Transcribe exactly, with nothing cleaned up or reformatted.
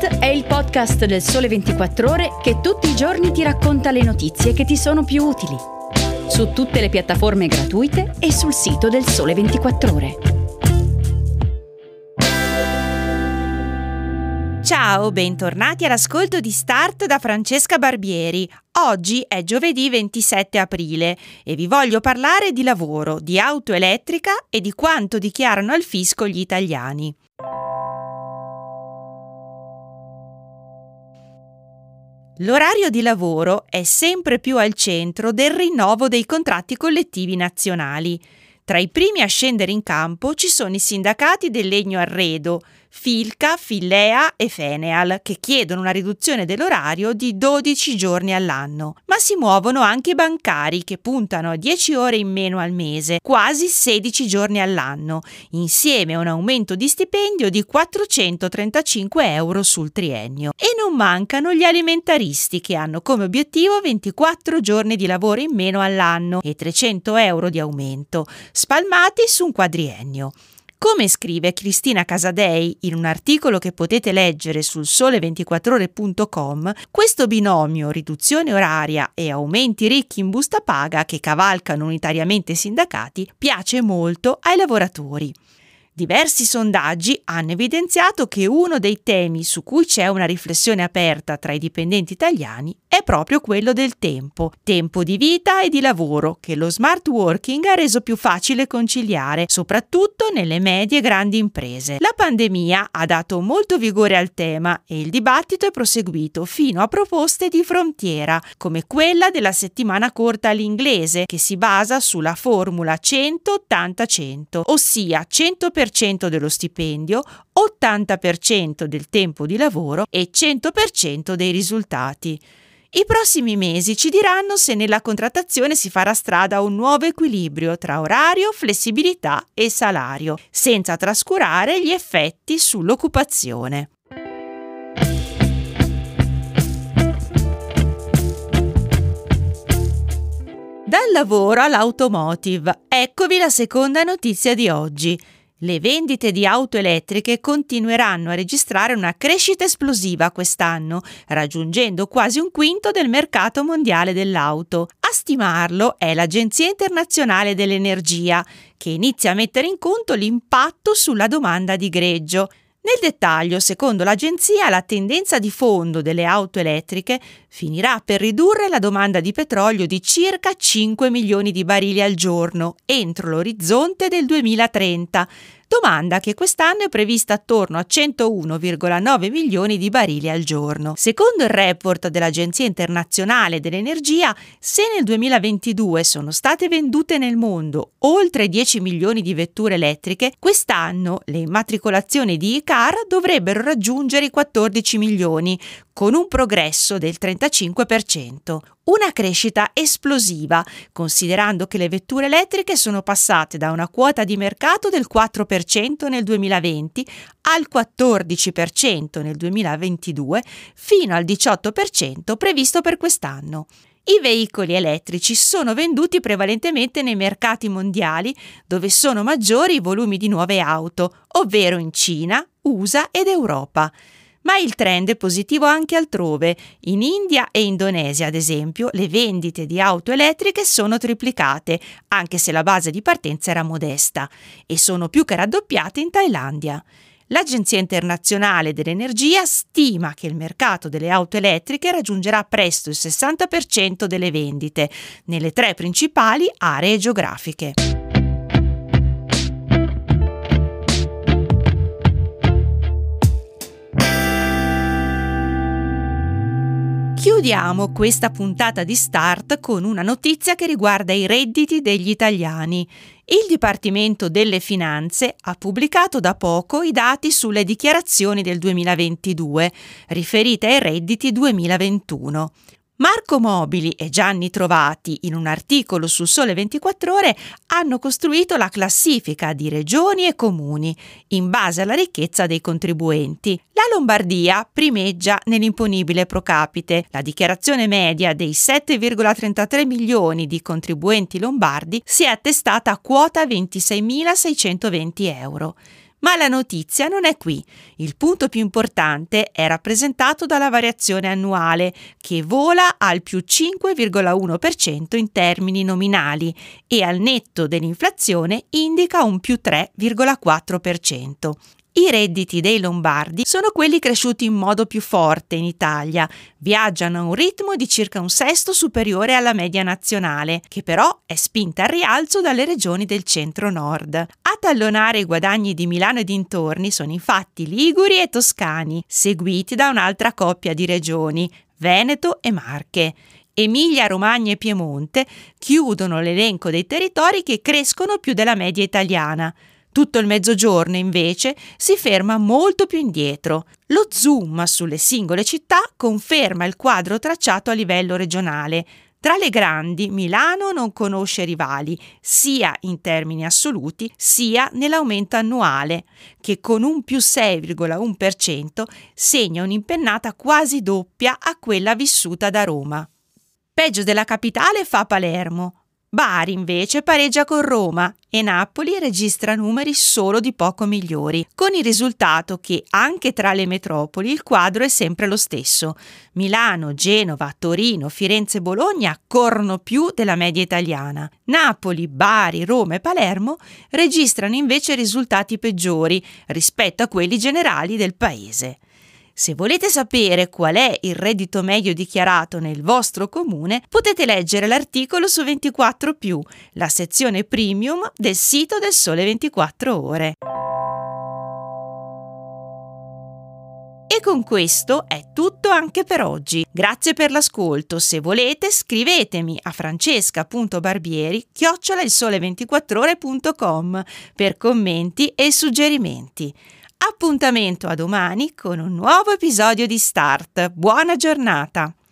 Start è il podcast del Sole ventiquattro Ore che tutti i giorni ti racconta le notizie che ti sono più utili. Su tutte le piattaforme gratuite e sul sito del Sole ventiquattro Ore. Ciao, bentornati all'ascolto di Start da Francesca Barbieri. Oggi è giovedì ventisette aprile e vi voglio parlare di lavoro, di auto elettrica e di quanto dichiarano al fisco gli italiani. L'orario di lavoro è sempre più al centro del rinnovo dei contratti collettivi nazionali. Tra i primi a scendere in campo ci sono i sindacati del legno arredo, Filca, Fillea e Feneal, che chiedono una riduzione dell'orario di dodici giorni all'anno. Ma si muovono anche i bancari, che puntano a dieci ore in meno al mese, quasi sedici giorni all'anno, insieme a un aumento di stipendio di quattrocentotrentacinque euro sul triennio. E non mancano gli alimentaristi, che hanno come obiettivo ventiquattro giorni di lavoro in meno all'anno e trecento euro di aumento, spalmati su un quadriennio. Come scrive Cristina Casadei in un articolo che potete leggere sul sole ventiquattro ore punto com, questo binomio riduzione oraria e aumenti ricchi in busta paga che cavalcano unitariamente i sindacati piace molto ai lavoratori. Diversi sondaggi hanno evidenziato che uno dei temi su cui c'è una riflessione aperta tra i dipendenti italiani è proprio quello del tempo, tempo di vita e di lavoro che lo smart working ha reso più facile conciliare, soprattutto nelle medie e grandi imprese. La pandemia ha dato molto vigore al tema e il dibattito è proseguito fino a proposte di frontiera, come quella della settimana corta all'inglese, che si basa sulla formula cento ottanta cento, ossia cento per cento dello stipendio, ottanta per cento del tempo di lavoro e cento per cento dei risultati. I prossimi mesi ci diranno se nella contrattazione si farà strada un nuovo equilibrio tra orario, flessibilità e salario, senza trascurare gli effetti sull'occupazione. Dal lavoro all'automotive, eccovi la seconda notizia di oggi. Le vendite di auto elettriche continueranno a registrare una crescita esplosiva quest'anno, raggiungendo quasi un quinto del mercato mondiale dell'auto. A stimarlo è l'Agenzia Internazionale dell'Energia, che inizia a mettere in conto l'impatto sulla domanda di greggio. Nel dettaglio, secondo l'agenzia, la tendenza di fondo delle auto elettriche finirà per ridurre la domanda di petrolio di circa cinque milioni di barili al giorno entro l'orizzonte del duemilatrenta, domanda che quest'anno è prevista attorno a centouno virgola nove milioni di barili al giorno. Secondo il report dell'Agenzia Internazionale dell'Energia, se nel duemilaventidue sono state vendute nel mondo oltre dieci milioni di vetture elettriche, quest'anno le immatricolazioni di e-car dovrebbero raggiungere i quattordici milioni, con un progresso del trentacinque per cento. Una crescita esplosiva, considerando che le vetture elettriche sono passate da una quota di mercato del quattro per cento nel duemilaventi al quattordici per cento nel duemilaventidue fino al diciotto per cento previsto per quest'anno. I veicoli elettrici sono venduti prevalentemente nei mercati mondiali dove sono maggiori i volumi di nuove auto, ovvero in Cina, U S A ed Europa. Ma il trend è positivo anche altrove. In India e Indonesia, ad esempio, le vendite di auto elettriche sono triplicate, anche se la base di partenza era modesta, e sono più che raddoppiate in Thailandia. L'Agenzia Internazionale dell'Energia stima che il mercato delle auto elettriche raggiungerà presto il sessanta per cento delle vendite nelle tre principali aree geografiche. Chiudiamo questa puntata di Start con una notizia che riguarda i redditi degli italiani. Il Dipartimento delle Finanze ha pubblicato da poco i dati sulle dichiarazioni del duemilaventidue, riferite ai redditi duemilaventuno. Marco Mobili e Gianni Trovati, in un articolo su Sole ventiquattro Ore, hanno costruito la classifica di regioni e comuni in base alla ricchezza dei contribuenti. La Lombardia primeggia nell'imponibile pro capite. La dichiarazione media dei sette virgola trentatré milioni di contribuenti lombardi si è attestata a quota ventiseimilaseicentoventi euro. Ma la notizia non è qui. Il punto più importante è rappresentato dalla variazione annuale, che vola al più cinque virgola uno per cento in termini nominali e al netto dell'inflazione indica un più tre virgola quattro per cento. I redditi dei lombardi sono quelli cresciuti in modo più forte in Italia, viaggiano a un ritmo di circa un sesto superiore alla media nazionale, che però è spinta al rialzo dalle regioni del centro-nord. A tallonare i guadagni di Milano e dintorni sono infatti Liguri e Toscani, seguiti da un'altra coppia di regioni, Veneto e Marche. Emilia, Romagna e Piemonte chiudono l'elenco dei territori che crescono più della media italiana. Tutto il Mezzogiorno, invece, si ferma molto più indietro. Lo zoom sulle singole città conferma il quadro tracciato a livello regionale. Tra le grandi, Milano non conosce rivali, sia in termini assoluti, sia nell'aumento annuale, che con un più sei virgola uno per cento segna un'impennata quasi doppia a quella vissuta da Roma. Peggio della capitale fa Palermo. Bari invece pareggia con Roma e Napoli registra numeri solo di poco migliori, con il risultato che anche tra le metropoli il quadro è sempre lo stesso. Milano, Genova, Torino, Firenze e Bologna corrono più della media italiana. Napoli, Bari, Roma e Palermo registrano invece risultati peggiori rispetto a quelli generali del paese. Se volete sapere qual è il reddito medio dichiarato nel vostro comune, potete leggere l'articolo su ventiquattro più, la sezione premium del sito del Sole ventiquattro Ore. E con questo è tutto anche per oggi. Grazie per l'ascolto. Se volete, scrivetemi a francesca punto barbieri chiocciola il sole ventiquattro ore punto com per commenti e suggerimenti. Appuntamento a domani con un nuovo episodio di Start. Buona giornata!